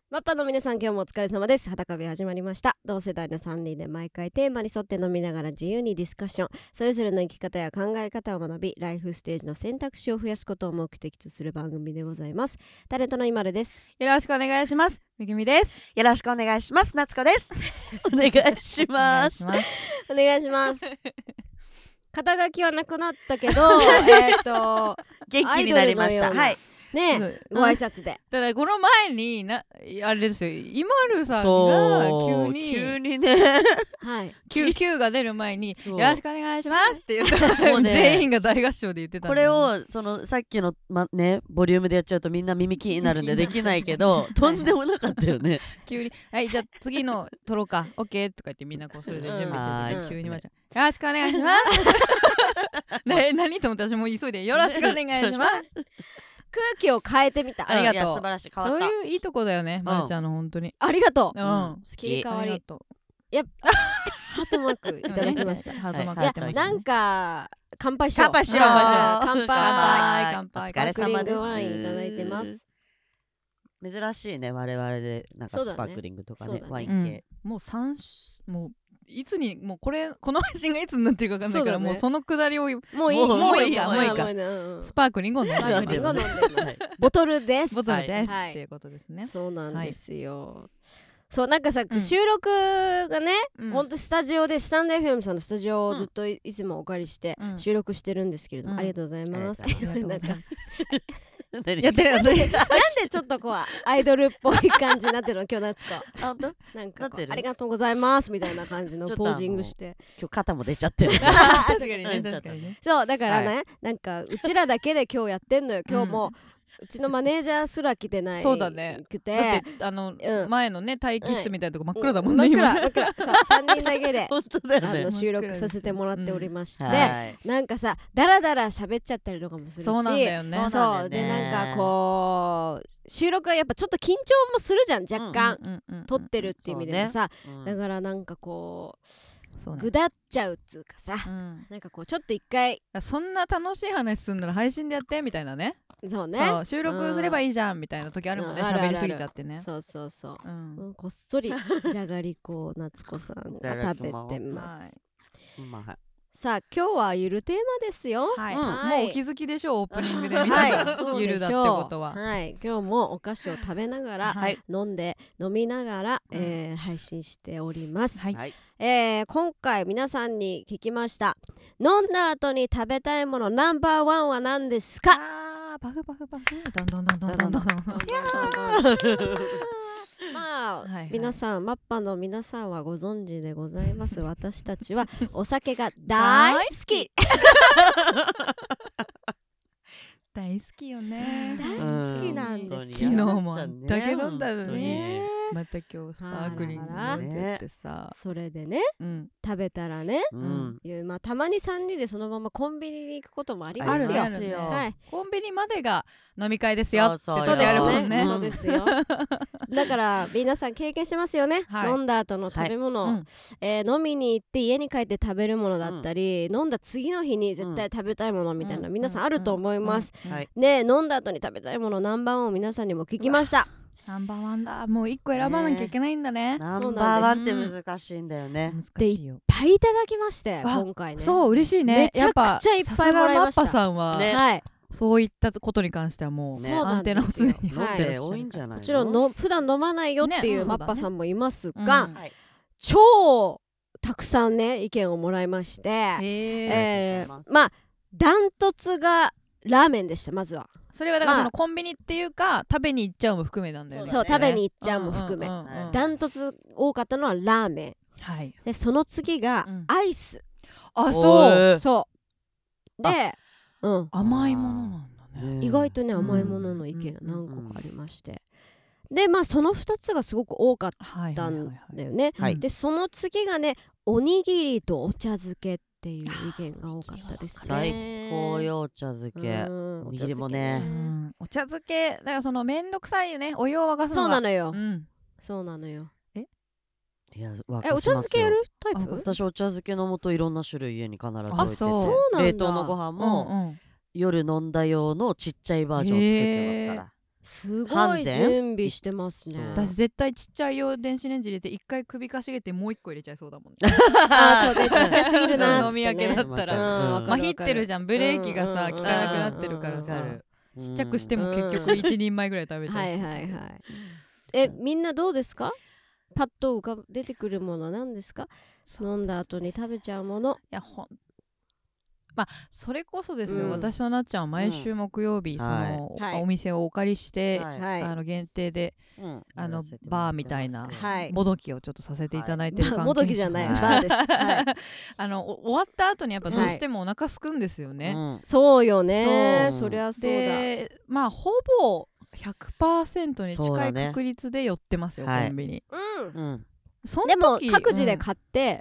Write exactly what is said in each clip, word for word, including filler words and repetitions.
マッパの皆さん、今日もお疲れ様です。裸部始まりました。同世代のさんにんで毎回テーマに沿って飲みながら自由にディスカッション、それぞれの生き方や考え方を学び、ライフステージの選択肢を増やすことを目的とする番組でございます。タレントの今るです。 よろしくお願いします。めぐみです。 よろしくお願いします。夏子です。お願いします。 お願いします。肩書きはなくなったけどえっと元気になりました。はいねえ、ご挨拶で。 ただこの前になあれですよ、今るさんが急に急にね、 はい、 Q, Q が出る前によろしくお願いしますって言ったもうね全員が大合唱で言ってたんこれをそのさっきの、ま、ねボリュームでやっちゃうとみんな耳キーになるんでできないけどとんでもなかったよね。 急にはいじゃあ次の撮ろうか OK とか言ってみんなこうそれで準備してて、 うん、 急にまちゃんよろしくお願いしますね、何と思って私も急いでよろしくお願いします空気を変えてみた。 ありがとう。 いや素晴らしい、変わった。 そういういいとこだよね、まーちゃんの本当に。 ありがとう。 うん、 好き。 切り替わり。 いやハートマークいただきました。 ハートマークいやいただきました。 なんか乾杯しよう。 乾杯しよう。 乾杯。 乾杯。 お疲れ様です。 スパークリングワインいただいてます。 珍しいね、我々でなんかスパークリングとかね、ワイン系。 もう三もういつにもうこれこの配信がいつになってるか分かんないから、もうそのくだりをもういいもういいかもういいかスパークリングを飲んでます。 ボトルです。 ボトルですっていうことですね。 そうなんですよ。そうなんかさ、収録がね、ほんとスタジオでスタンド エフエム さんのスタジオをずっといつもお借りして収録してるんですけれども、ありがとうございます。なんかやってるやつなんでちょっとこうアイドルっぽい感じになってるの今日夏子。 あ、本当？ なんかありがとうございますみたいな感じのポージングして。 今日肩も出ちゃってる。 確かにね、確かにね。 そうだからね、なんかうちらだけで今日やってんのよ。今日もうちのマネージャーすら来てない。 そうだね。 くてだってあの前のね待機室みたいなとこ真っ暗だもんね。 ね。 真っ暗。そうさんにんだけで本当だよね。 あの収録させてもらっておりまして、なんかさダラダラ喋っちゃったりとかもするし、 そうなんだよね。 そうでなんかこう収録はやっぱちょっと緊張もするじゃん、若干撮ってるっていう意味でもさ、だからなんかこうぐだっちゃうっつうかさ、なんかこうちょっと一回そんな楽しい話すんなら配信でやってみたいなね。 そうね、 収録すればいいじゃんみたいな時あるもんね、喋りすぎちゃってね。 そうそうそう、こっそりじゃがりこを夏子さんが食べてます。さあ今日はゆるテーマですよ。 もうお気づきでしょう、オープニングで見たらゆるだってことは。 はい今日もお菓子を食べながら飲んで飲みながら配信しております。今回皆さんに聞きました。飲んだ後に食べたいものナンバーワンは何ですか？ バフバフバフどんどんどんどんどんどんまあ皆さんマッパの皆さんはご存知でございます。私たちはお酒が大好き大好きよね。 大好きなんです。 昨日もあんだけ飲んだのにまた今日スパークリング飲んじゃってさ、 それでね食べたらね、まあたまにさんにんでそのままコンビニに行くこともありますよ。 コンビニまでが飲み会ですよってそうですね。そうですよ。だから皆さん経験してますよね。飲んだ後の食べ物、飲みに行って家に帰って食べるものだったり、飲んだ次の日に絶対食べたいものみたいな皆さんあると思います。で飲んだ後に食べたいものナンバーワンを皆さんにも聞きました。 ナンバーワンだ。もう一個選ばなきゃいけないんだね。 ナンバーワンって難しいんだよね。 でいっぱいいただきまして今回ね。 そう嬉しいね。 めちゃくちゃいっぱいもらいました。 マッパさんはそういったことに関してはもうアンテナを常に飲んで多いんじゃないの。 もちろんの普段飲まないよっていうマッパさんもいますが、超たくさんね意見をもらいまして、まあダントツがラーメンでした。まずはそれはだからそのコンビニっていうか食べに行っちゃうも含めなんだよね。 そう食べに行っちゃうも含めダントツ多かったのはラーメンで、その次がアイス。 あそうそうで甘いものなんだね。 意外とね甘いものの意見何個かありまして、でまあそのふたつがすごく多かったんだよね。でその次がねおにぎりとお茶漬けっていう意見が多かったですね。 最高よお茶漬け。おにぎりもね。 お茶漬けだからそのめんどくさいよね、お湯を沸かすのが。 そうなのよ。そうなのよ。 えいやお茶漬けやるタイプ？ 私お茶漬けの素いろんな種類家に必ず置いてて、 そうなんだ。 冷凍のご飯も夜飲んだ用のちっちゃいバージョンを作ってますから。 すごい準備してますね。 私絶対ちっちゃいよ電子レンジ入れて一回首かしげてもう一個入れちゃいそうだもんね。 あそうね、ちっちゃすぎるな飲み明けだったらまひってるじゃん、ブレーキがさ効かなくなってるからさ、ちっちゃくしても結局一人前ぐらい食べちゃう。 はいはいはい。え、みんなどうですか？パッと浮かぶ出てくるものなんですか？飲んだ後に食べちゃうもの。 いやほんまあそれこそですよ、うん、私となっちゃんは毎週木曜日、うん、その、はい、お店をお借りして、はい、あの限定で、はい、あのバーみたいな、はい、もどきをちょっとさせていただいてる関係者、はい、 もどきじゃない、はい、バーです、はい、 あの終わった後にやっぱどうしてもお腹すくんですよね、 はい、そうよね、 そ, そりゃそうだ。 でまあほぼ ひゃくパーセント に近い確率で寄ってますよ、ね、コンビニ、 はい、うん、うんそのでも各自で買って、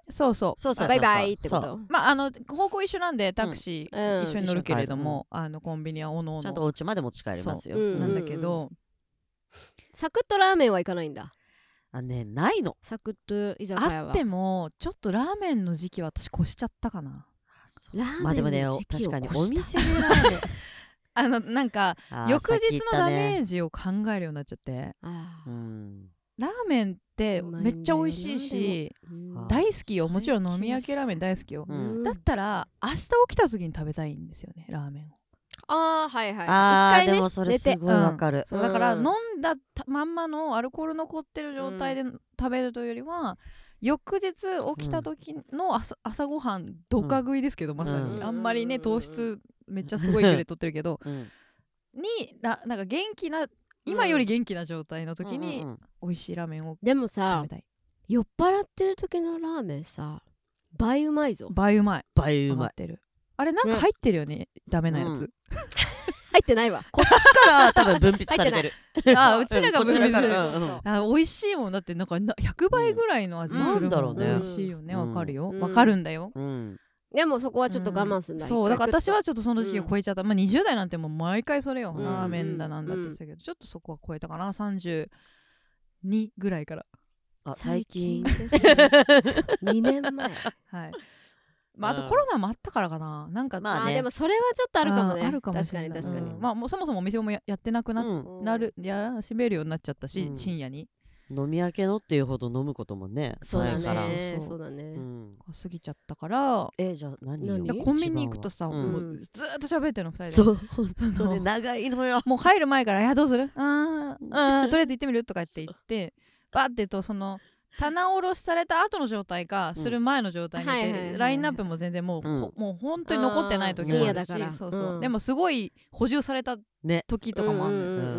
うん、そうそうそうそうバイバイってこと。 まああの方向一緒なんでタクシー一緒に乗るけれども、うんうん、あのコンビニはおのおのちゃんとお家まで持ち帰りますよ、 うん、なんだけど、うんうん、 サクッとラーメンはいかないんだ。 あねないの。 サクッと居酒屋はあってもちょっとラーメンの時期は私越しちゃったかな。 ラーメンの時期を越した。 まあでもね確かにお店でラーメンあのなんか翌日のダメージを考えるようになっちゃって、 あー、うんラーメンってめっちゃ美味しいし、大好きよ。もちろん飲み明けラーメン大好きよ、うん、だったら明日起きた時に食べたいんですよね、ラーメンを。 あーはいはい。 あー、 一回ね、 でもそれすごいわかる、 うん、そうだから飲んだまんまのアルコール残ってる状態で食べるというよりは、翌日起きた時の 朝,、うん、朝ごはんどか食いですけど、まさに、うん、あんまりね糖質めっちゃすごい量で取ってるけど、うん、にななんか元気な今より元気な状態の時に美味しいラーメンを食べたい。 でもさ、酔っ払ってる時のラーメンさ倍うまいぞ。 倍うまい倍うまい。 あれなんか入ってるよね、ねダメなやつ、うん、 入ってないわ。 こっちから多分分泌されてるあ、うちらが分泌されてる、うん、あ美味しいもんだってなんかひゃくばいぐらいの味するもん、うん、なんだろうね、美味しいよね。わかるよ、わ、うん、かるんだよ、うん、 でもそこはちょっと我慢すんだ、うん、 そうだから私はちょっとその時期を超えちゃった、うん、まあにじゅう代なんてもう毎回それよ、うん、ラーメンだなんだって言ってたけど、うん、ちょっとそこは超えたかな、さんじゅうにぐらいから。 あ最近ですねにねんまえはい。まあ、あとコロナもあったからかな、なんかまあね、あでもそれはちょっとあるかもね。 あるかもしれない。 確かに確かに、うん、 まあもうそもそもお店も や, やってなく な,、うん、なるやらしめるようになっちゃったし、うん、深夜に飲み明けのっていうほど飲むこともね、 そうだね、そうだね、 うん、過ぎちゃったから。 えじゃあ何よ、 何コンビニ行くとさ、うん、もうずーっと喋ってるのふたりで。 そう本当に長いのよ。 もう入る前から「いやどうするああとりあえず行ってみる?」とか言って言ってバッてとその棚卸しされた後の状態か、うん、する前の状態にいて、ラインナップも全然もう、うん、もう本当に残ってない時もあるし、そうそう、うん、でもすごい補充された時とかもあるの、ね、うん、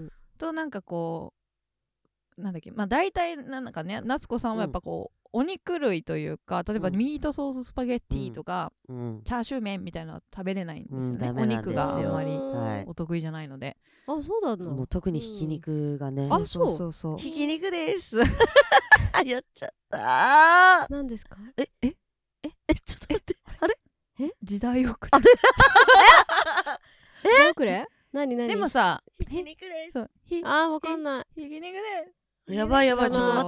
となんかこうなんだっけ、まあ大体なんかね、夏子さんはやっぱこう、うん、お肉類というか、例えばミートソーススパゲッティとか、うん、チャーシュー麺みたいなのは食べれないんですよね、うん、お肉があんまりお得意じゃないので。 あ、そうなんだ。 もう特にひき肉がね、 うん、あ、そうそうそう、 ひき肉ですやっちゃったー。 何ですか？ ええええちょっと待って、あれえ時代遅れ、 あれえ時代遅れ？何何？ でもさ、 ひき肉です。 あーわかんない。 ひき肉でやばいやばい、ちょっと待って、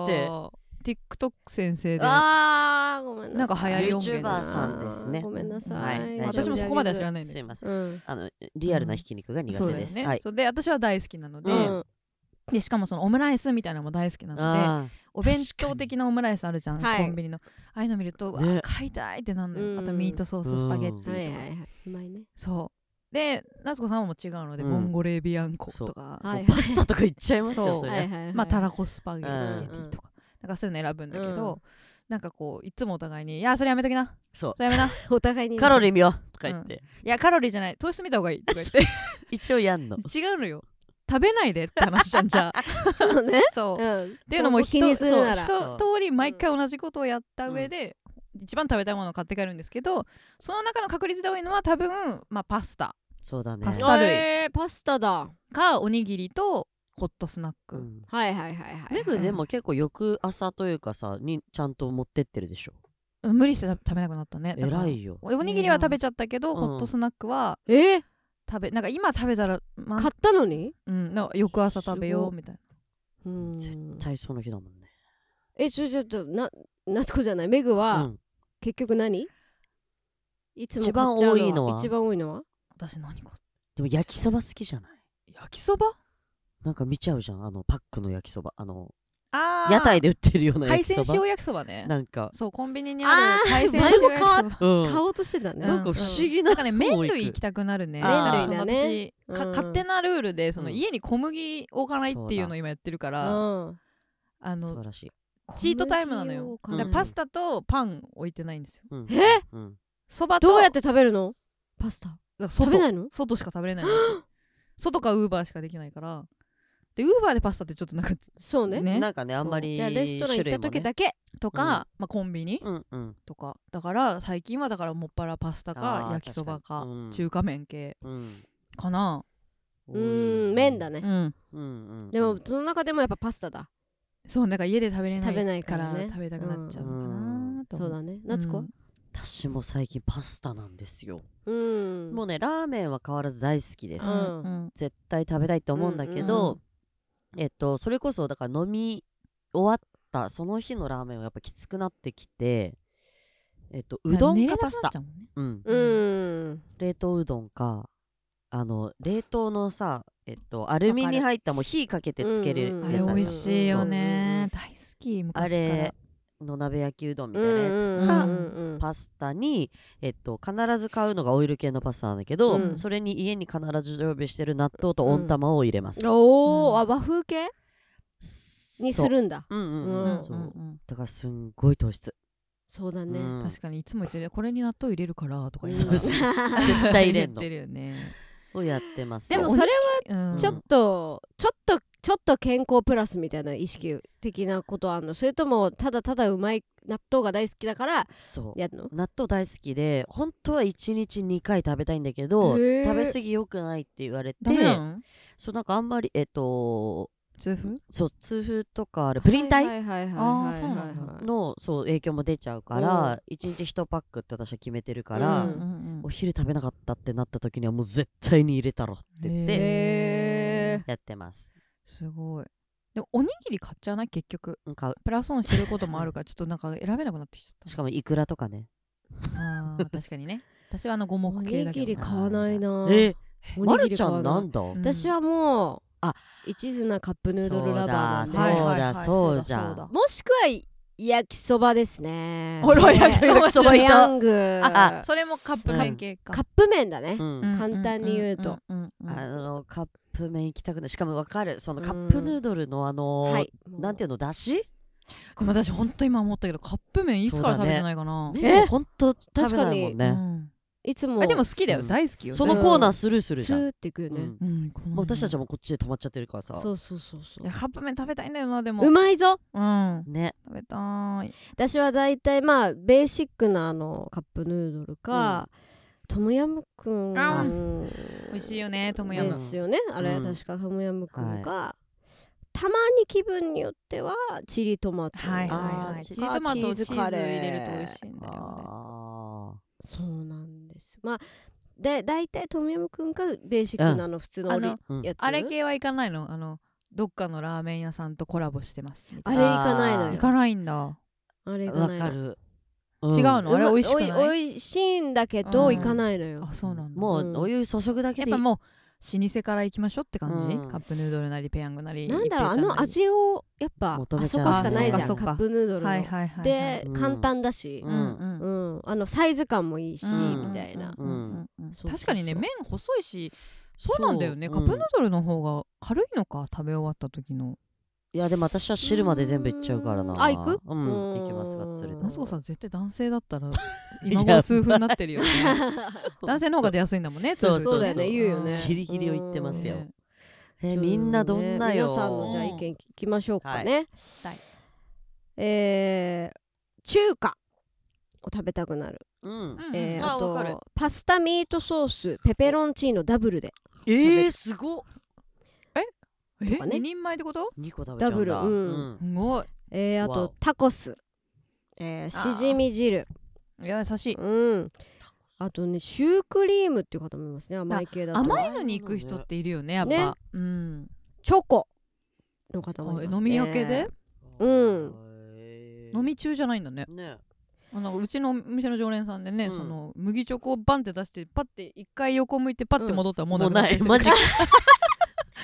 TikTok 先生で、 あーごめんなさい、 なんか流行り音源 YouTuber さんですね。 ごめんなさい、 はい、 私もそこまでは知らないんですいません、うん、あのリアルなひき肉が苦手です、 うん、そうだよね、 はい、 そうで私は大好きなので、うん、でしかもそのオムライスみたいなのも大好きなので、お弁当的なオムライスあるじゃん、コンビニの、ああいうの見ると、ね、買いたいってなるのよ、うん、あとミートソーススパゲッティとか、はいはいはい、うまいね。そうで夏子さんも違うので、うん、ボンゴレビアンコとか、 はいはい、パスタとかいっちゃいますよ、それ、 はいはいはい、まあたらこスパゲッティとか、うん、なんかそういうの選ぶんだけど、うん、なんかこういつもお互いに「いやそれやめときな、 そうそれやめなお互いにカロリー見よう」とか言って、 うん、いやカロリーじゃない糖質見た方がいいとか言って一応やんの違うのよ、食べないでって話じゃんじゃあそうね、 そう、うん、っていうのも気にするなら一通り毎回同じことをやった上で、うん、一番食べたいものを買って帰るんですけど、その中の確率で多いのは多分、まあ、パスタ、 そうだね、 パスタ類、 えー、パスタだかおにぎりとホットスナック、うん、 はいはいはいはい。 メグでも結構翌朝というかさにちゃんと持ってってるでしょ。 無理して食べなくなったね。 偉いよ。 おにぎりは食べちゃったけど、うん、ホットスナックはえー、 食べなんか今食べたら、 ま、買ったのに、 うん、なんか翌朝食べようみたいな。 うん、絶対その日だもんね。 えちょちょっとな夏子じゃないメグは、うん、結局何いつも買っちゃうのは一番多いのは一番多いのは私何かでも焼きそば好きじゃない？ 焼きそばなんか見ちゃうじゃん、あのパックの焼きそば、あのあ屋台で売ってるような焼きそば、 海鮮塩焼きそばね。 なんかそうコンビニにある海鮮あー塩焼きそば、 前うん買おうとしてたね。 なんか不思議な、 なんかね麺類行きたくなるね。 あーだからその麺類私、 だねうんか勝手なルールでそのうん家に小麦置かないっていうのを今やってるかうら、 ん。 あの素晴らしい。 チートタイムなのよ。 小麦を置かないだからパスタとパン置いてないんですよ。 うんえうんそばとどうやって食べるの？パスタ。 だから外食べないの？ 外しか食べれないんですよ。外かウーバーしかできないから。でウーバーでパスタってちょっとなんかそうね。 ねなんかねあんまりじゃあレストラン行った時だけ。 とか、 うんまあ、コンビニうんうんとかだから最近はだからもっぱらパスタかあー焼きそばか確かにうん中華麺系うんかな。 うーん、麺だね。 うんうんうんでもその中でもやっぱパスタだ。 そうなんか家で食べれない食べないかからねら食べたくなっちゃうのかなと思そうだね。夏子？ 私も最近パスタなんですよ。 うん。 もうねラーメンは変わらず大好きです、 うんうんうん絶対食べたいと思うんだけど、 うんえっとそれこそだから飲み終わったその日のラーメンはやっぱきつくなってきて、えっとうどんかパスタ、うん、 うん。 冷凍うどんかあの冷凍のさえっとアルミに入ったもう火かけてつけるやつうんうんあれ美味しいよそうね大好き昔からあれの鍋焼きうどんみたいなやつか、 うんパスタに、えっと、必ず買うのがオイル系のパスタなんだけど、 うんそれに家に必ず常備してる納豆と温玉を入れます、 おー、 うんあ、和風系にするんだ。 そううんうんううんん、そうだからすんごい糖質、 そうだね。 うん確かにいつも言ってるこれに納豆入れるからとか言うそうそう絶対入れんの言ってるよね。 をやってますでもそれはちょっと、ちょっと、ちょっと健康プラスみたいな意識的なことあんの？それともただただうまい納豆が大好きだからそうやるの？ 納豆大好きで本当はいちにちにかい食べたいんだけどへー食べ過ぎ良くないって言われてダメなの？ そうなんかあんまりえっと痛風？ そう痛風とかあるプリン体、 はいはいはいあーはいそうなんだはい。 のそう影響も出ちゃうかうらいちにちいちパックって私は決めてるから、 うんんお昼食べなかったってなった時にはもう絶対に入れたろって言ってへやってます。 すごい。でもおにぎり買っちゃわない結局うん買うプラスオンしてることもあるからちょっとなんか選べなくなってきちゃった。 しかもイクラとかね。 あー確かにね。私はあの五お目系にだけどな。 ぎり買わないな。 えおまるちゃにぎり買わな。 んないんだ、 うん私はもうあ一途なカップヌードルラバーなんで、 そうだはいはいはいそうじゃんそうだもしくは焼きそばですね。 ほら焼きそば焼きそばいたペヤング。 あそれもカップ麺系か。 カップ麺だねう。んうん簡単に言うと。 んんうんうんあのカップ麺行きたくない。しかもわかるそのうんカップヌードルのあのーはい。 なんていうのだしでも私ほんと今思ったけどカップ麺いつから食べてないかな。 ねほんと食べないもんうね、 んいつもあでも好きだようん大好きよ。 そのコーナースルーするじゃん、 スーっていくよね。 うんうんこのもう私たちはもうこっちで止まっちゃってるからさそうそうそうそいやカップ麺食べたいんだよなでも。 う。うまいぞ。 うんね食べたーい。 私はだいたいまあベーシックなあのカップヌードルか、トムヤムクンあ美美味しいよねトムヤムで。すよね。あれ、 うん確かトムヤムクンか、たまに気分によってはチリトマト。 はいはいあーはい。チリトマトチーチーズズカレー入れると美味しいんだよあそうなんです。まあでだいたいトムヤムクンかベーシックなあの普通のオリあのうんやつ。 あれ系は行かないの？あのどっかのラーメン屋さんとコラボしてますみたあれいな。 行かないのよ。 行かないんだ。 あれ行ーわかないの。 かる、 違うのあれ美味しくない？ おいおいしいんだけど、 うん行かないのよあ。そうなんだ。 もううんお湯注ぐだけでいいやっぱもう老舗から行きましょうって感じ、 うんカップヌードルなりペヤングなりなんだろう、あの一平ちゃんなり味をやっぱ求めちゃうあそこしかないじゃん、 あそっかそっかカップヌードルの、 はいはいはいはいで、 うん簡単だし、 ううんんうんうんあのサイズ感もいいし、 うんみたいな、 うんうんうんそうそうそう確かにね麺細いしそうなんだよねそうカップヌードルの方が軽いのか食べ終わった時の。 いやでも私は汁まで全部いっちゃうからなあ行くうんうん行きますがっつりとマツコさん絶対男性だったら今頃痛風になってるよね男性の方が出やすいんだもんねそう痛風そうだよね言うよねギリギリを言ってますよねえーみんなどんなよ皆さんのじゃあ意見聞きましょうかね、 はいえー中華を食べたくなる、 うんうんえーああわかるとパスタミートソースペペロンチーノダブルでえーすごっえとかねににんまえってこと？ にこ食べちゃうんだダブルうんすごいえー、あわおとタコス、えー、しじみ汁、 優しい。 うん、あとねシュークリームっていう方もいますね、甘い系だと。 甘いのに行く人っているよねやっぱ、 ねうんチョコの方もいますね。 飲み明けでうんへ飲み中じゃないんだね。 ねあのうちのお店の常連さんでね、 うんその麦チョコをバンって出してパッて一回横向いてパッて戻ったらもうもうなくなってるないマジか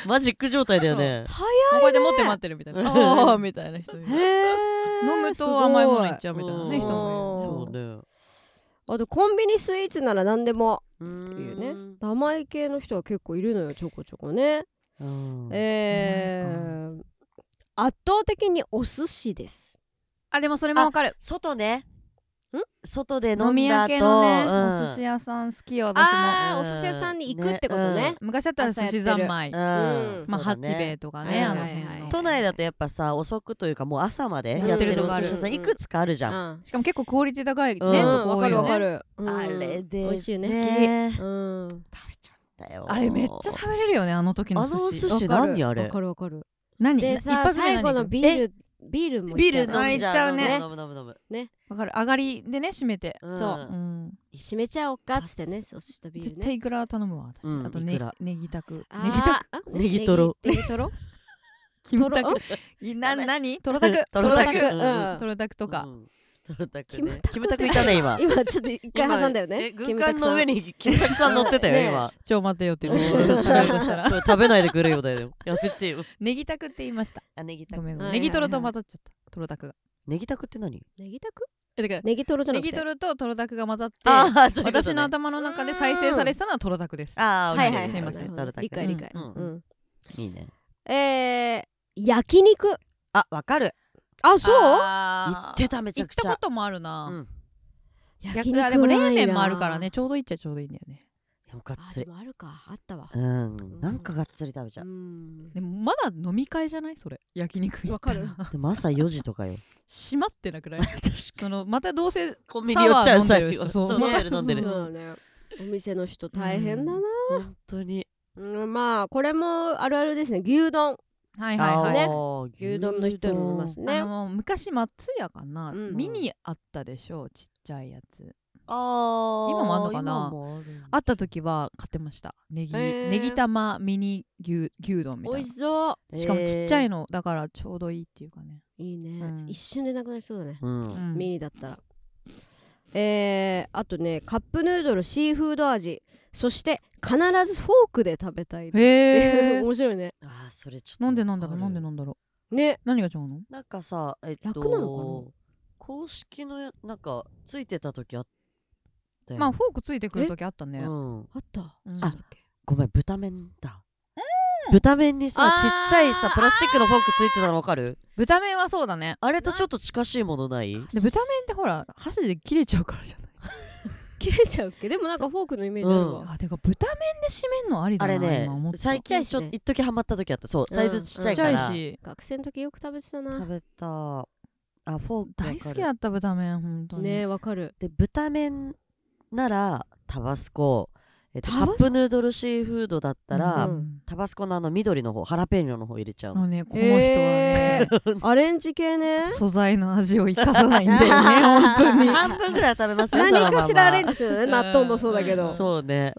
マジック状態だよね。 早いね。これで持って待ってるみたいな。ああみたいな人いる。 へ飲むと甘いものいっちゃうみたいなね人もいる。そうね。 あとコンビニスイーツなら何でもっていうね、甘い系の人は結構いるのよ、ちょこちょこね。えー、圧倒的にお寿司です。 あ、でもそれもわかる。 外ね。 ん外で飲んだ後飲み屋系のね、お寿司屋さん好きよ私も。 あー、お寿司屋さんに行くってことね。 昔だったら寿司三昧、まあ八兵衛とかね、あの都内だとやっぱさ遅くというかもう朝までやってるお寿司屋さんいくつかあるじゃん。 しかも結構クオリティ高いね。 わかるわかる。 あれで美味しいね。 好き。 食べちゃったよ。 あれめっちゃ食べれるよね、あの時の寿司。 あの寿司何あれ。 わかるわかる。 何？ でさ、最後のビールビールもビール飲んじゃうね。 飲む飲む飲むね。わかる。上がりでね締めて。 そう。締めちゃおうかっつってね、寿司とビールね。 絶対イクラ頼むわ私。あとネギタク。 ネギタク。ネギトロ。 ネギトロ。 キムタク。な何？トロタク。 トロタク。 トロタクとか。 トロタクね。キムタクいたね今。 今ちょっと一回挟んだよね。 軍艦の上にキムタクさん乗ってたよ今。 ちょ待てよって言って。 食べないでくれよだよ。やめてよ。 ネギタクって言いました。 あネギタク。 ごめんごめん。ネギトロと混ざっちゃった。トロタクが。 ネギタクって何？ ネギタク？ えだからネギトロじゃなくて。 ネギトロとトロタクが混ざって、私の頭の中で再生されてたのはトロタクです。 ああはいはいすいません。 理解理解。 いいね。 え焼肉。 あわかる。 あそう？ 行ってためちゃくちゃ。 行ったこともあるな。 焼肉でも冷麺もあるからね、ちょうどいいっちゃちょうどいいんだよね。 でもがっつり。 あるか、あったわ。 うんなんかがっつり食べちゃう。 でもまだ飲み会じゃないそれ焼肉。 わかる。 でも朝よじとかよ。 閉まってなくない？そのまたどうせコンビニ寄っちゃうさ。そう飲んでる飲んでる。 お店の人大変だな。 本当に。 まあこれもあるあるですね。牛丼。 はいはいはいね。 牛丼の人もいますね。 昔松屋かな、ミニあったでしょ、ちっちゃいやつ。 あ今もあんのかな。あった時は買ってました。ネギネギ玉ミニ牛牛丼みたいな。 美味しそう。 しかもちっちゃいのだからちょうどいいっていうかね。 いいね。一瞬でなくなりそうだね。ミニだったら。えー、あとねカップヌードルシーフード味、そして必ずフォークで食べたいです。 へー面白いね。 あそれちょっとなんでなんだろうなんでなんだろうね。 何が違うの？ なんかさえっと楽なのかな。 公式のなんかついてた時あったよ。 まあフォークついてくる時あったね。 あった。 あごめん豚麺だ。豚麺にさちっちゃいさプラスチックのフォークついてたの分かる？ 豚麺はそうだね。 あれとちょっと近しいものない？ で豚麺ってほら箸で切れちゃうからじゃない？ 切れちゃうっけ？でもなんかフォークのイメージあるわ。 あ、てか豚麺で締めんのありだな。 あれね最近ちょっと一時ハマった時あった。そうサイズちっちゃいから学生の時よく食べてたな。 食べた。あフォーク大好きだった豚麺本当にね。わかる。 で豚麺ならタバスコ、えっと、カップヌードルシーフードだったら、うん、タバスコのあの緑の方ハラペーニョの方入れちゃうの。 ね、この人はね、 アレンジ系ね。 素材の味を生かさないんだよね本当に。 半分ぐらい食べますよ。 何かしらアレンジするよね。納豆もそうだけど。 そうね。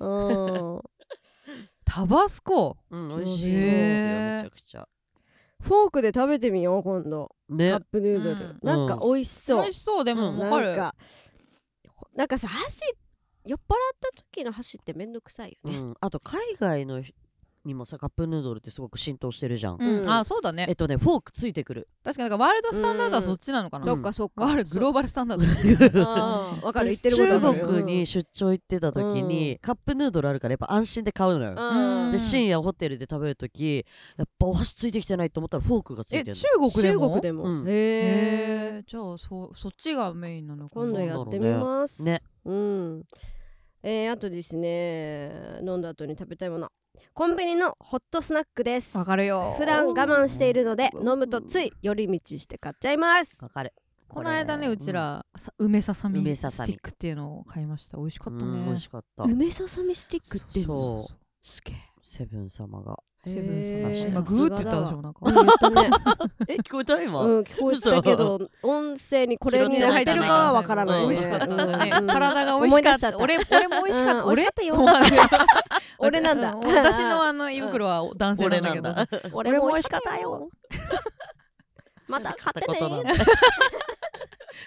タバスコ、 うん、美味しいですよめちゃくちゃ。 フォークで食べてみよう今度。 ね、 カップヌードル、なんか美味しそう。 美味しそうでも分かる。 なんかさ箸酔っ払った時の箸ってめんどくさいよね、うん、 あと海外のにもさカップヌードルってすごく浸透してるじゃん、 うん、あそうだね。 えっとねフォークついてくる。 確かにワールドスタンダードはそっちなのかな、 うん、そっかそっか。 グローバルスタンダードわかる言ってること中国に出張行ってた時に、うん、カップヌードルあるからやっぱ安心で買うのよ、うん、で深夜ホテルで食べる時やっぱお箸ついてきてないと思ったらフォークがついてるの。 え中国でも中国でも、うん、へえじゃあ そ, そっちがメインなのかな。 今度やってみますね。 うんえー、あとですね飲んだ後に食べたいものコンビニのホットスナックです。 わかるよ。 普段我慢しているので飲むとつい寄り道して買っちゃいます。 わかる。 この間ねうちら、うん、梅ささみスティックっていうのを買いました。美味しかったね。 美味しかった。 梅ささみスティックってそうすげえ。 セブン様がセブン様今グーって言ったでしょなんか。 言ったね。 え聞こえた今？ うん聞こえたけど音声にこれに入ってるかはわからないね。 美味しかったね。体が美味しかった。俺俺も美味しかった。 俺俺なんだ。 私のあの胃袋は男性なんだけど。 俺も美味しかったよ。まだ買ってね。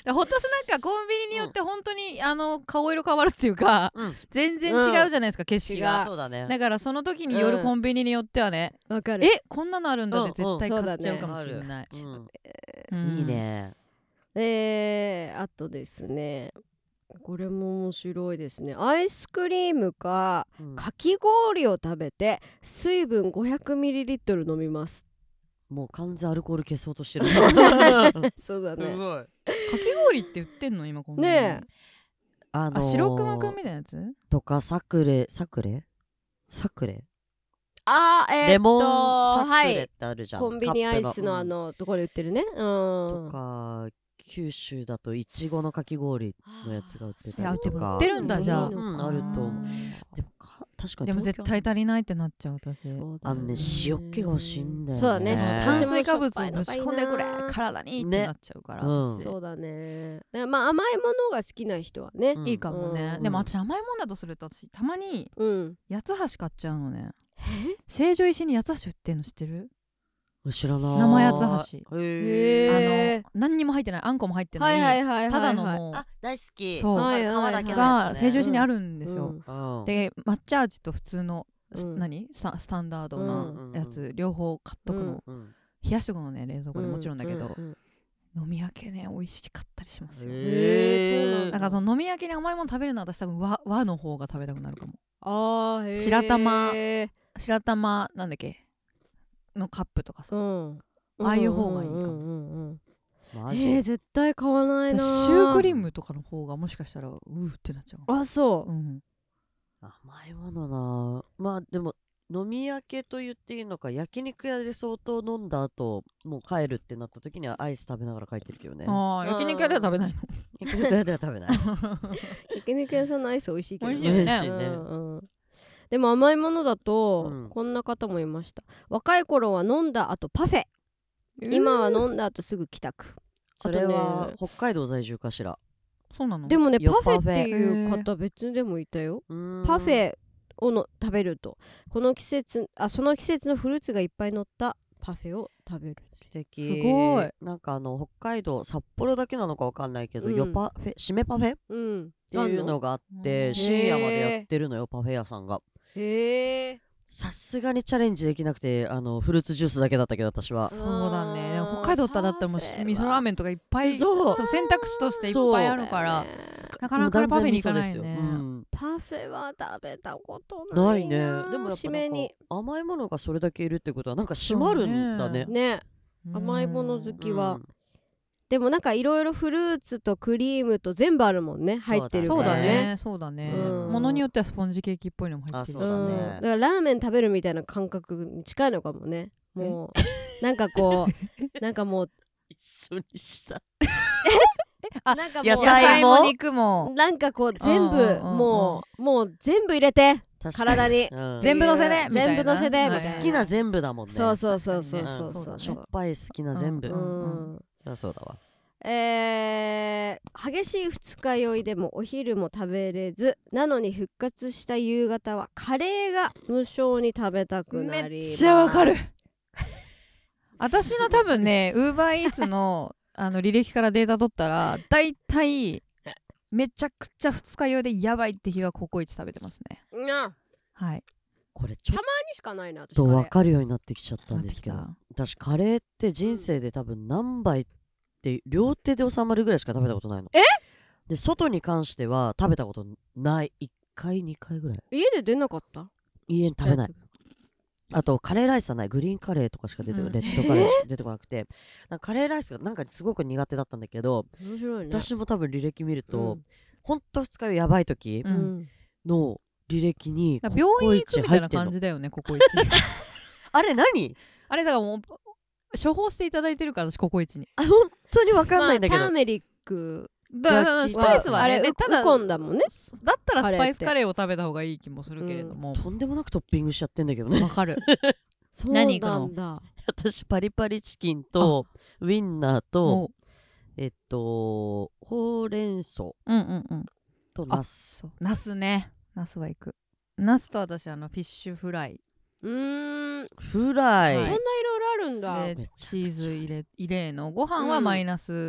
ホットスナックはコンビニによって本当に、うん、あの顔色変わるっていうか、うん、全然違うじゃないですか、うん、景色が。 そうだね。 だからその時によるコンビニによってはね、 わ、うん、かる。 えこんなのあるんだって絶対買っちゃうかもしれない。 いいね。 えー、あとですね、これも面白いですね。アイスクリームか、うん、かき氷を食べて水分 ごひゃくミリリットル 飲みます。 もう完全アルコール消そうとしてるそうだね。 すごい。かき氷って売ってんの今こんなねえ、 あのー、 あ白熊くんみたいなやつとかサクレサクレサクレあー、えー、っとレモンサクレってあるじゃん、 はい、コンビニアイスのあの、うん、ところで売ってるね、うん、 とか九州だといちごのかき氷のやつが売ってたりとか。 売ってるんだ、じゃあ、 うん、あると思う。でもか確かにでも絶対足りないってなっちゃう私。 あのね、塩気が欲しいんだよね。 そうだね、 炭水化物をぶち込んでくれ体にってなっちゃうから、ね、 うん、そうだね。だまあ甘いものが好きな人はね、 うん、いいかもね、うん、でも私甘いものだとすると私たまに八つ橋買っちゃうのね。成城石井に八つ橋売ってんの知ってる？ 知らない。 生八つ橋。 へあの何にも入ってない、あんこも入ってない、はいはいはいはい、ただのもうあ大好き。 そう、 はいはいはい、皮だけのやつ、ね、 が成城石井にあるんですよ、 うん、 で抹茶味と普通の、うん、何 ス, タスタンダードなやつ、うん、両方買っとくの、うん、冷やしとくのね冷蔵庫でもちろんだけど、うんうんうん、飲み明けね美味しかったりしますよ。へー、だからその飲み明けに甘いもの食べるのは私多分 和, 和の方が食べたくなるかも。 あー、へー、 白玉白玉なんだっけのカップとかさ、うん、ああいう方がいいかも、うんうんうん、 マジ？えー、絶対買わないな。 シュークリームとかの方がもしかしたらうーってなっちゃう。 あ、そう、 うん、甘いものな。まあでも飲み明けと言っていいのか、焼肉屋で相当飲んだ後もう帰るってなった時にはアイス食べながら帰ってるけどね。 ああ、焼肉屋では食べないの？ 焼肉屋では食べない焼肉屋さんのアイス美味しいけどね。 美味しいね、 うんうん、でも甘いものだと、うん、こんな方もいました。若い頃は飲んだ後パフェ、今は飲んだ後すぐ帰宅。 それは北海道在住かしら。 そうなの？ でもねパフェっていう方別でもいたよ。パフェをの食べるとこの季節あその季節のフルーツがいっぱい乗ったパフェを食べる。 素敵。 すごい。 なんかあの北海道札幌だけなのかわかんないけど、うん、ヨパフェ締めパフェ、うん、っていうのがあって深夜までやってるのよパフェ屋さんが。 へえ。 さすがにチャレンジできなくて、あのフルーツジュースだけだったけど私は。 そうだね。北海道だったらもう味噌ラーメンとかいっぱいそうそう選択肢としていっぱいあるからなかなかパフェに行かないね、うん、 パフェは食べたことないな。 ないね。でもやっぱなんか甘いものがそれだけいるってことはなんか締まるんだね。 ね、甘いもの好きは、うん、でもなんかいろいろフルーツとクリームと全部あるもんね、入ってるからね。 そうだね、うん、ものによってはスポンジケーキっぽいのも入ってる。 あ、そうだね、 うん、だからラーメン食べるみたいな感覚に近いのかもね。もうなんかこうなんかもう一緒にしたあ、なんかもう野菜も肉もなんかこう全部もうもう全部入れて体に、うん、 全部乗せて全部乗せてみたいな。 好きな全部だもんね。 そうそうそうそうそうそう、 しょっぱい好きな全部、うんうん、そりゃそうだわ。 えー、激しい二日酔いでもお昼も食べれずなのに復活した夕方はカレーが無性に食べたくなります。 めっちゃわかる私の多分ねウーバーイーツのあの履歴からデータ取ったらだいたいめちゃくちゃ二日酔いでやばいって日はココイチ食べてますね。 うん、 はい。 これちょたまにしかないな。 と分かるようになってきちゃったんですけど、私カレーって人生で多分何杯って両手で収まるぐらいしか食べたことないの。 えで外に関しては食べたことない。いっかいにかいぐらい。 家で出なかった？ 家に食べない。あとカレーライスはない。グリーンカレーとかしか出てこない、うん、レッドカレーしか出てこなくてなんかカレーライスがなんかすごく苦手だったんだけど、 面白いね、 私も多分履歴見ると、うん、ほんと二日酔いやばい時の履歴にココイチ入ってんの。 病院行くみたいな感じだよねココイチあれ何あれだからもう処方していただいてるから私ココイチに。 あ、本当に分かんないんだけど、 まあ、ターメリックだからスパイスはね、 あれただウコンだもんね。 だったらスパイスカレーを食べた方がいい気もするけれども、 うん、とんでもなくトッピングしちゃってんだけどね。 わかるそうなんだ。 私パリパリチキンとウィンナーとえっとほうれん草とナス。 ナスね、ナスはいく。ナスと私あのフィッシュフライ。 うーん、 フライ、 そんないろいろあるんだ。 でチーズ入れ入れのご飯はマイナス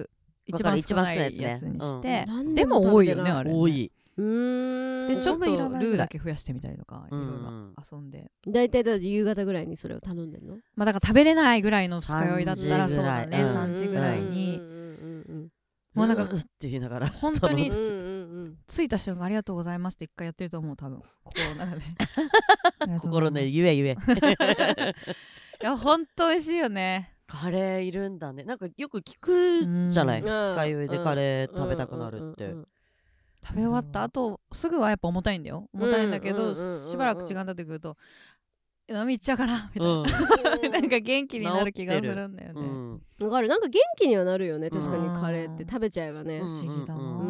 一番少ないやつにして、 うん、 でも多いよねあれね。 多い。 うーんでちょっとルーだけ増やしてみたりとかいろいろ遊んで、 だいたいだって夕方ぐらいにそれを頼んでんの？ まあだから食べれないぐらいの二日酔いだったらそうだね、 うんさんじぐらいにもうなんかって言いながら本当に着いた瞬間ありがとうございますって一回やってると思う多分心の中で心ねゆえゆえいやほんと美味しいよね。 カレーいるんだね。なんかよく聞くじゃない、 うん、 二日酔いでカレー食べたくなるって、うんうんうんうん、 食べ終わった後すぐはやっぱ重たいんだよ、重たいんだけど、うんうんうんうん、しばらく時間経ってくると飲み行っちゃうかなみたいな、うん、なんか元気になる気がするんだよね。わ、 うん、かる。なんか元気にはなるよね確かにカレーって食べちゃえばね、 不思議だな、 うん、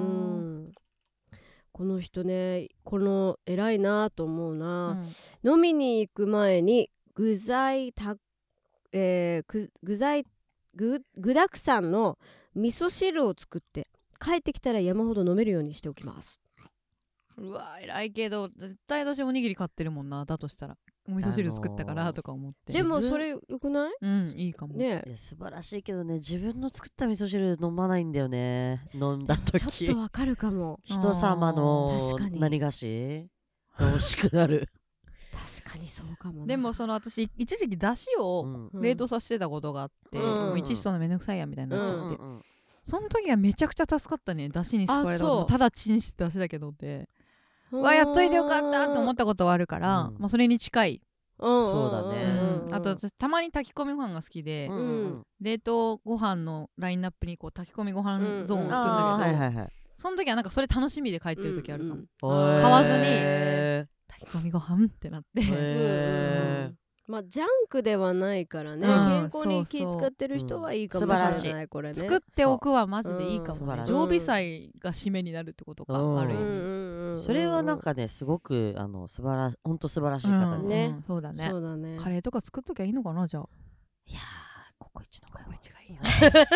この人ねこの偉いなと思うな、うん、飲みに行く前に具材た、えー、具材具具だくさんの味噌汁を作って帰ってきたら山ほど飲めるようにしておきます。 うわ偉いけど絶対私おにぎり買ってるもんな。だとしたらお味噌汁作ったからとか思って、 でもそれよくない？ うんいいかもね。 いや素晴らしいけどね自分の作った味噌汁飲まないんだよね。飲んだ時ちょっとわかるかも。 人様の何菓子が欲しくなる確かにそうかもな。 でもその私一時期だしを冷凍させてたことがあって、うん、もう一時そのめんどくさいやみたいになっちゃって、うんうんうん、その時はめちゃくちゃ助かったね。だしに救われたこともただチンしてだしだけどってわやっといてよかったって思ったことはあるから、うんまあ、それに近い、 うん、そうだね、 うん、あとたまに炊き込みご飯が好きで、うん、冷凍ご飯のラインナップにこう炊き込みご飯ゾーンを作るんだけど、うんはいはいはい、その時はなんかそれ楽しみで帰ってる時あるかも、うんうん、買わずに炊き込みご飯ってなってうんまあジャンクではないからね、うん、健康に気使ってる人はいいかもしれない、うん、素晴らしいこれね。 作っておくはマジでいいかもね。常備菜が締めになるってことか、うん、ある意味、 うん、それはなんかねすごくあの素晴らほんと素晴らしい方です、うんねうん、そうだね。そうだね。カレーとか作っときゃいいのかなじゃあ。 いやーココイチのココイチがいいよ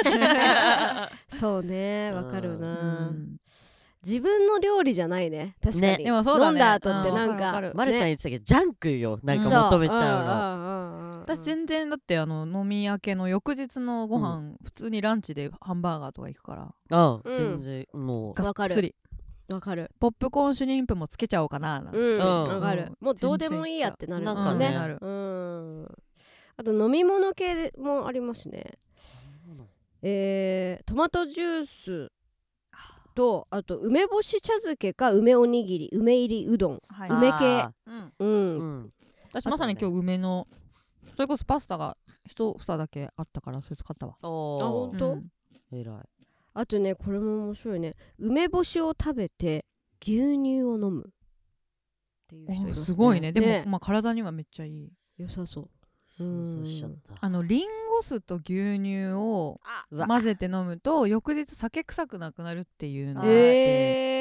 そうねわかるな、うん自分の料理じゃないね確かに、ね、 でもそうだね、 飲んだ後ってなんか、 うん、まるちゃん言ってたけど、ね、ジャンクよなんか求めちゃうの、 うん、私全然だってあの飲み明けの翌日のご飯、うん、普通にランチでハンバーガーとか行くからあ、うん、全然もうがっつりわかる。 ポップコーンシュリンプもつけちゃおうかななんて、 うん、わかる、うん、もうどうでもいいやってなるなんかね、なる、うん、あと飲み物系もありますね。えー、トマトジュースとあと梅干し茶漬けか梅おにぎり梅入りうどん、はい、梅系、うんうんうん、私まさに今日梅のそれこそパスタが一房だけあったからそれ使ったわ。 あほんと、うん、 偉い。 あとねこれも面白いね。梅干しを食べて牛乳を飲むっていう人いますね。 すごいね。でも、ね、まあ、体にはめっちゃいい。 良さそう。 想像しちゃった。 あのリンゴ酢と牛乳を混ぜて飲むと翌日酒臭くなくなるっていうのがあって、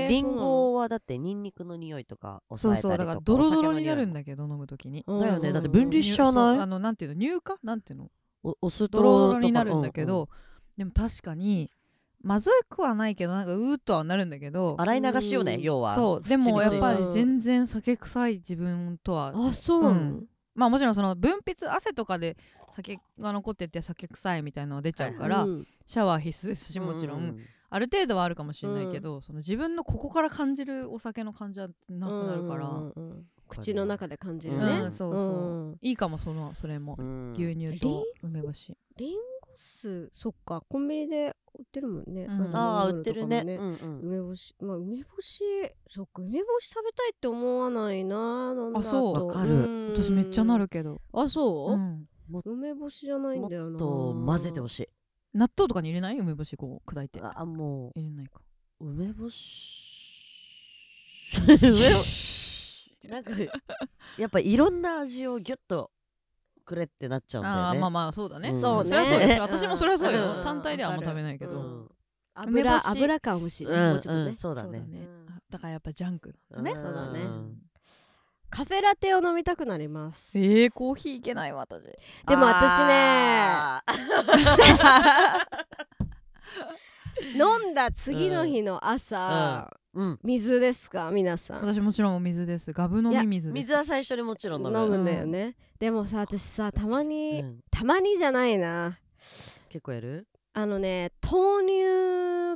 リンゴはだってニンニクの匂いとか抑えたりとか、そうそうだからドロドロになるんだけど飲むときにだよね。だって分離しちゃわない？ あのなんていうの乳化なんていうのおお酢とドロドロになるんだけど、うんうん、でも確かにまずくはないけどなんかうーっとはなるんだけど洗い流しよね要は。 そうでもやっぱり全然酒臭い自分とはあそう、うん、 まあもちろんその分泌汗とかで酒が残ってて酒臭いみたいなのが出ちゃうから、うん、シャワー必須ですしもちろん、うんうん、ある程度はあるかもしれないけど、うん、その自分のここから感じるお酒の感じはなくなるから、うんうんうん、 口の中で感じるね、 うん、そうそう、うん、いいかもそのそれも、うん、牛乳と梅干しリンゴ酢そっかコンビニで売ってるもんね、 うん、ああ売ってるね、うんうん、 梅干しまあ梅干しそっか梅干し食べたいって思わないな。なんだあそうわかる。私めっちゃなるけど。 あそう、うん、梅干しじゃないんだよな。 もっと混ぜてほしい。 納豆とかに入れない？梅干しこう砕いて。 あもう入れないか。 梅干し梅干しなんかやっぱいろんな味をギュッとくれってなっちゃうんだよね。 あまあまあそうだね、うん、 そうね。 それはそうです。私もそれはそうよ、うん、単体ではあんま食べないけど、うん、 油油感欲しいね、もうちょっとね、 そうだね、 だからやっぱジャンクだね、 そうだね。カフェラテを飲みたくなります。 えー、コーヒーいけないわ私。 でも私ね飲んだ次の日の朝、うんうん、水ですか皆さん？ 私もちろんお水です。ガブ飲み水です。 水は最初にもちろん飲む、 飲むんだよね、うん、でもさ私さたまに、うん、たまにじゃないな結構やる？ あのね豆乳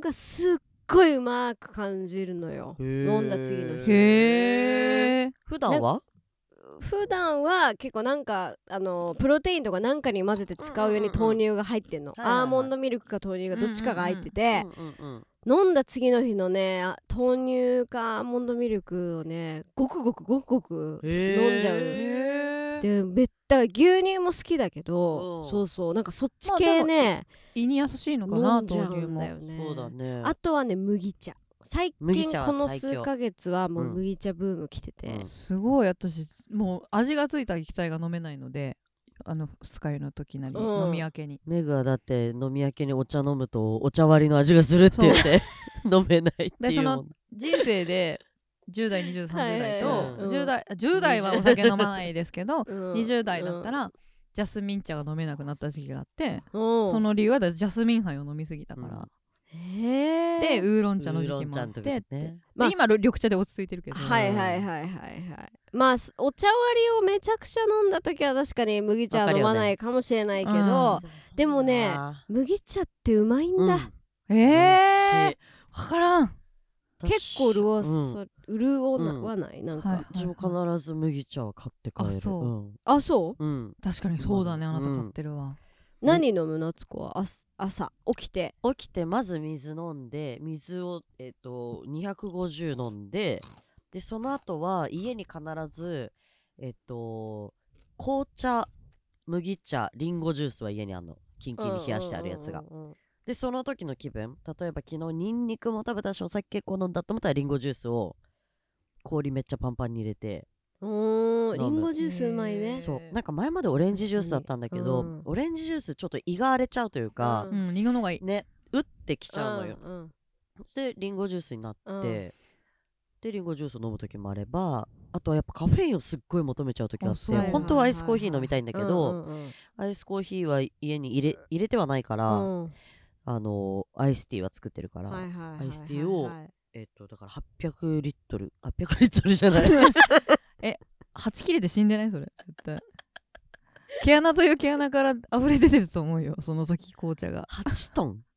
乳がすっごいうまく感じるのよ、飲んだ次の日。 へー。 普段は普段は結構なんかあのプロテインとかなんかに混ぜて使うように豆乳が入ってんの、アーモンドミルクか豆乳がどっちかが入ってて、飲んだ次の日のね豆乳かアーモンドミルクをねごくごくごくごく飲んじゃう。でめった牛乳も好きだけど、そうそうなんかそっち系ね、 胃に優しいのかな、 飲んじゃうんだよね。 そうだね。 あとはね麦茶、最近この数ヶ月はもう麦茶ブーム来てて、 うん、すごい私もう味がついた液体が飲めないので、あの二日酔いの時なり、うん、飲み明けにメグはだって飲み明けにお茶飲むとお茶割りの味がするって言って飲めないっていう。 でその人生でじゅう代にじゅう代さんじゅう代とじゅう代、じゅう代はお酒飲まないですけど、うん、にじゅう代だったらジャスミン茶が飲めなくなった時期があって、うん、その理由はジャスミン杯を飲みすぎたから、うんへでウーロン茶の時期もあってって、ね、まあ、今緑茶で落ち着いてるけど、 はいはいはいはいはい。まあお茶割りをめちゃくちゃ飲んだ時は確かに麦茶は飲まないかもしれないけど、ね、うん、でもね麦茶ってうまいんだ、 うん、えー、分からん。 結構潤わ、うん、潤わない、なんか私も必ず麦茶は買って帰る。 あそう、 うん、 あそう、 うん、 確かにそうだね、あなた買ってるわ、うん、 何飲む夏子は？朝起きて起きてまず水飲んで、水を、えー、とにひゃくごじゅう飲んで、でその後は家に必ずえっ、ー、と紅茶、麦茶、リンゴジュースは家にあるの、キンキンに冷やしてあるやつが。でその時の気分、例えば昨日ニンニクも食べたしお酒結構飲んだと思ったらリンゴジュースを氷めっちゃパンパンに入れて、 おーリンゴジュースうまいね。 そうなんか前までオレンジジュースだったんだけど、うん、オレンジジュースちょっと胃が荒れちゃうというか、 うん、リンゴの方がいいね、うってきちゃうのよ、うんうん、でリンゴジュースになって、うん、でリンゴジュースを飲む時もあれば、あとはやっぱカフェインをすっごい求めちゃう時があって、本当はアイスコーヒー飲みたいんだけど、アイスコーヒーは家に入れ入れてはないから、うん、あのアイスティーは作ってるから、アイスティーをえっとだからはっぴゃくリットルはっぴゃくリットルじゃないえはち切れて死んでないそれ絶対毛穴という毛穴から溢れ出てると思うよ、その時紅茶がはちトン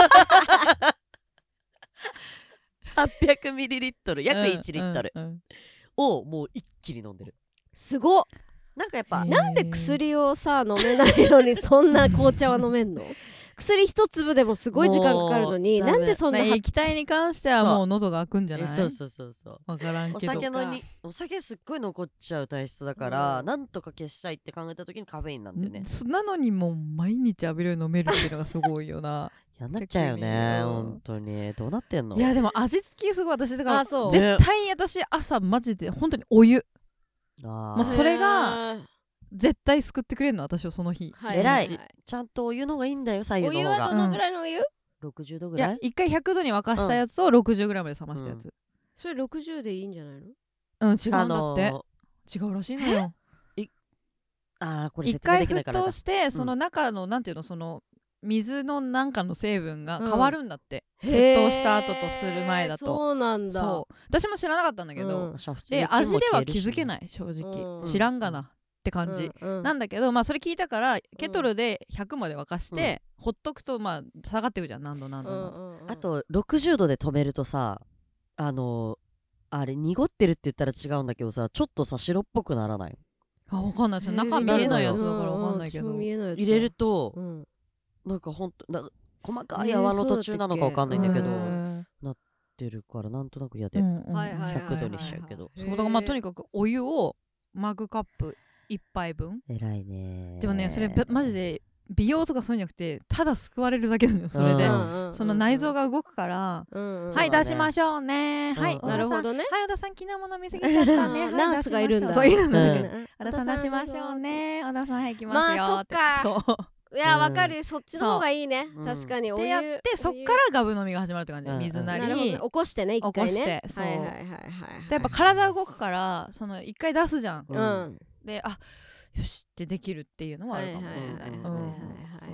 はっぴゃくミリリットル約いちリットルをもう一気に飲んでる。 すごっ。なんかやっぱなんで薬をさ飲めないのにそんな紅茶は飲めんの薬一粒でもすごい時間かかるのに、なんでそんな、 まあ、液体に関してはもう喉が開くんじゃない？ そうそうそうそう、 分からんけど、 お酒のにお酒すっごい残っちゃう体質だから、うん、なんとか消したいって考えた時にカフェインなんだよね。 なのにもう毎日浴びる飲めるっていうのがすごいよなやんなっちゃうよね本当に。どうなってんの？ いやでも味付きすごい私だから絶対に私朝マジで本当にお湯、あもうそれが絶対救ってくれるの私をその日。 えらい、ちゃんとお湯の方がいいんだよ、左右の方が。 お湯はどのぐらいのお湯？ ろくじゅうどぐらい？いや一回ひゃくどに沸かしたやつをろくじゅうぐらいまで冷ましたやつ、うん、 それろくじゅうでいいんじゃないの？ うん違うんだって、あのー、違うらしいのよ。 あこれ説明できないから一回沸騰してその中の、うん、なんていうのその水のなんかの成分が変わるんだって、うん、沸騰した後とする前だと。 そうなんだ。 そう私も知らなかったんだけど、うん、で味では気づけない正直、うん、知らんがなって感じ、うんうん、なんだけどまあそれ聞いたからケトルでひゃくまで沸かして、うん、ほっとくとまあ下がっていくじゃん何度何度何度、うんうんうん、あとろくじゅうどで止めるとさあのー、あれ濁ってるって言ったら違うんだけどさちょっとさ白っぽくならない？ あ分かんないですよ、中見えないやつだから分かんないけど、 入れると、うん、なんかほんとな細かい泡の途中なのか分かんないんだけど、なってるからなんとなく嫌でひゃくどにしちゃうけど、 そうだからまあとにかくお湯をマグカップいっぱいぶん。 えらいね。 でもねそれマジで美容とかそういうんじゃなくてただ救われるだけなのよそれで、うん、その内臓が動くから、うんうん、はい出しましょうね、うん、はいなるほどね、 はい小田さん昨日も飲みすぎちゃったねナースがいるんだ、 そういるんだけど小田さん出しましょうね、小田さんはい行きますよって、 まあそっかそういやわかる、うん、そっちの方がいいね、うん、確かにお湯でやってそっからガブ飲みが始まるって感じ、うん、水なり、 なるほどね、起こしてね一回ね、 起こしてそう、 はいはいはいはい、 でやっぱ体動くからその一回出すじゃん、 うん、 であよしってできるっていうのはあるかもしれない。冷たいのいっ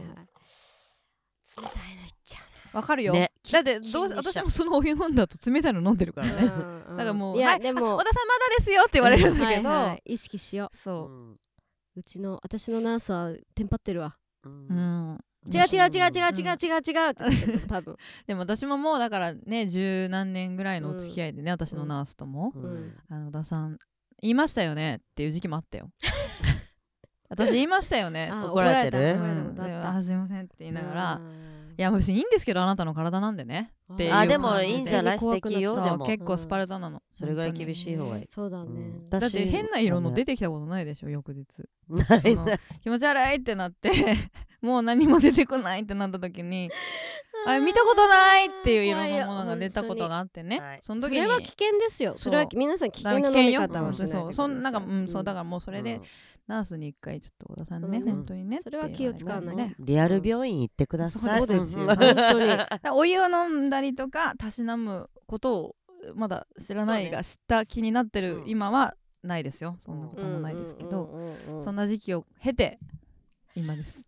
ちゃうな。わかるよ、ね、だってどう私もそのお湯飲んだと冷たいの飲んでるからね、うんうん、だからもういや、はい、でも小田さんまだですよって言われるんだけど、はいはい、 意識しよう。 そう、 うちの私のナースはテンパってるわ、 うん、 違う違う違う違う違う違う違うって多分でも私ももうだからね十何年ぐらいのお付き合いでね、私のナースとも、 うん、 あの小田さん言いましたよねっていう時期もあったよ私言いましたよね怒られてる、 うん、あすいませんって言いながら、いや別にいいんですけどあなたの体なんでねっていう。 あでもいいんじゃない、素敵よ。でも結構スパルタなの、 それぐらい厳しい方がいい。 そうだね。 だって変な色の出てきたことないでしょ翌日。 ないな気持ち悪いってなってもう何も出てこないってなった時にあれ見たことないっていう色のものが出たことがあってね、その時にそれは危険ですよ。それは皆さん危険な飲み方はしないでください。 そうなんかうんそうだからもうそれでナースに一回ちょっと小田さんね本当にねそれは気を使わない。 リアル病院行ってください。 そうですよ本当に。 お湯を飲んだりとかたしなむことをまだ知らないが知った気になってる今はないですよ。そんなこともないですけど、そんな時期を経て今です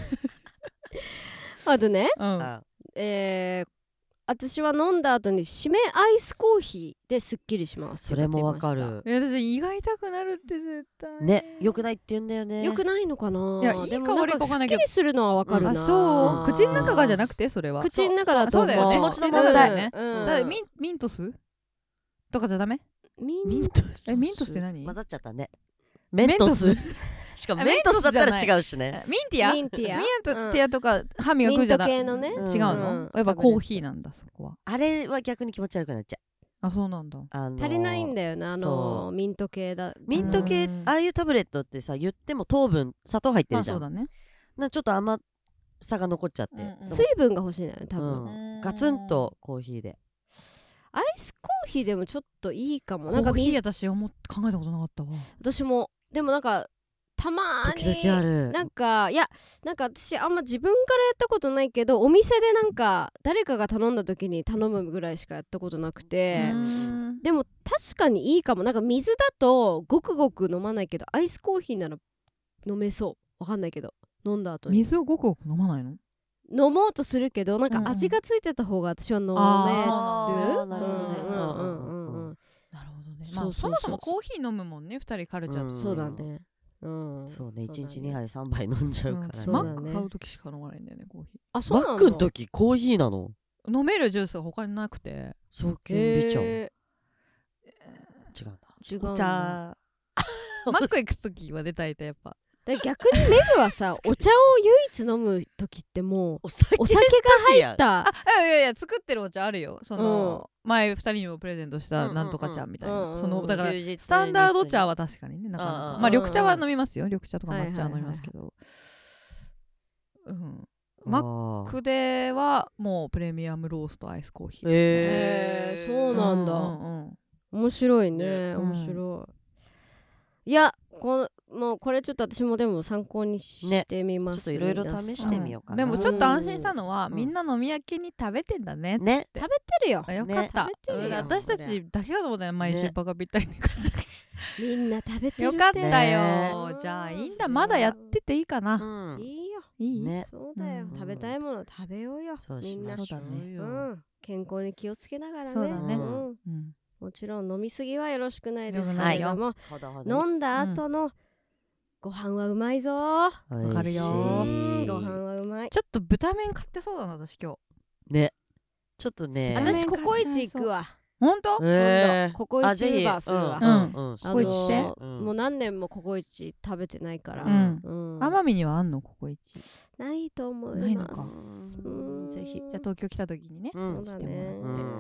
あとね、 うん、 えー、私は飲んだ後に締めアイスコーヒーですっきりします。 それもわかる。 いや私胃が痛くなるって絶対ね、よくないって言うんだよね。 よくないのかな。 いやいいか悪いか分かんないけどすっきりするのはわかるな、うん、 あそう口の中がじゃなくてそれは口の中だと思う。 そうだよね、 気持ちの問題ね、 うん、だからミンミントスとかじゃダメ。 ミントスえミントスって何？ 混ざっちゃったね。メントスしかもメントスだったら違うしね。 ミンティアミンティアミントティアとか歯磨くじゃなミント系のね、 違うの、やっぱコーヒーなんだそこは。 あれは逆に気持ち悪くなっちゃう。 あそうなんだ、 あのー、 足りないんだよなあのー、ミント系だ。 ミント系ああいうタブレットってさ言っても糖分砂糖入ってるじゃん、 まあそうだね、 なちょっと甘さが残っちゃって、うんうん、水分が欲しいんだよね多分、 うん、ガツンとコーヒーで。 アイスコーヒーでもちょっといいかも。 コーヒー私思って考えたことなかったわ。 私もでもなんかたまーに時々ある。 なんかいやなんか私あんま自分からやったことないけどお店でなんか誰かが頼んだ時に頼むぐらいしかやったことなくて、でも確かにいいかも。なんか水だとごくごく飲まないけどアイスコーヒーなら飲めそう。わかんないけど飲んだ後に水をごくごく飲まないの？ 飲もうとするけどなんか味がついてた方が私は飲める。 あなるほどね。 なるほどね。まあそもそもコーヒー飲むもんねふたりカルチャーと。 そうだね。うん、 そうねいちにちにはいさんばい飲んじゃうからね、 うん、マック買う時しか飲まないんだよねコーヒー。 あそうなの？ マックの時コーヒーなの？ 飲めるジュースが他になくてそうけんびちゃん、えー、違うんだ。 違うんだ。 じゃあマック行く時は出たいとやっぱだ逆にメグはさお茶を唯一飲む時ってもうお酒が入ったあいやいや作ってるお茶あるよ。その、うん、前ふたりにもプレゼントしたなんとか茶みたいな、うんうんうん、そのだからスタンダード茶は確かにねなかなか、うんうん、まあ緑茶は飲みますよ。緑茶とか抹茶は飲みますけど、うん、マックではもうプレミアムローストアイスコーヒーですね。 へえー、そうなんだ、うんうん、面白いね、面白い。いやこのもうこれちょっと私もでも参考にしてみます、 ね、ちょっといろいろ試してみようかな、 うん、でもちょっと安心したのは、うん、みんな飲み明けに食べてんだねってね食べてるよ。 よかった、ね、食べてるよ。私たちだけかと思ったよ毎週バカみたいに、ね、 みんな食べてるよかったよ、ね、じゃあいいんだまだやってていいかな、 うん、いいよいい、 ね、そうだよ、うん、食べたいもの食べようよ。 そうみんなそうだね、 うん、健康に気をつけながらね。 そうだね、 うんうん、もちろん飲みすぎはよろしくないですけれども、はい、飲んだ後の、うんご飯はうまいぞ。わかるよ。 ご飯はうまい。 ちょっと豚麺買ってそうだな私今日。 ね。ちょっとね。 私ココイチ行くわ。 ほんと？ 今度ココイチウーバーするわ。 ココイチして。 もう何年もココイチ食べてないから。 奄美にはあんのココイチ？ ないと思います。 ないのか。 ぜひ。じゃあ東京来た時にね。 そうだね。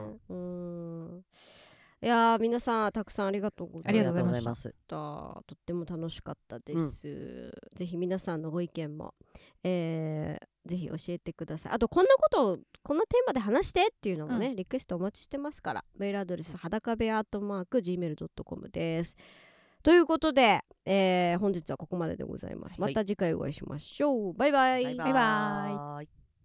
いやー皆さんたくさんありがとうございました。とっても楽しかったです、うん、ぜひ皆さんのご意見も、えー、ぜひ教えてください。あとこんなことをこんなテーマで話してっていうのもね、うん、リクエストお待ちしてますから、メールアドレス裸部屋アットマーク ジーメールドットコム です。ということで、えー、本日はここまででございます。また次回お会いしましょう。バイバイ。 バイバイ。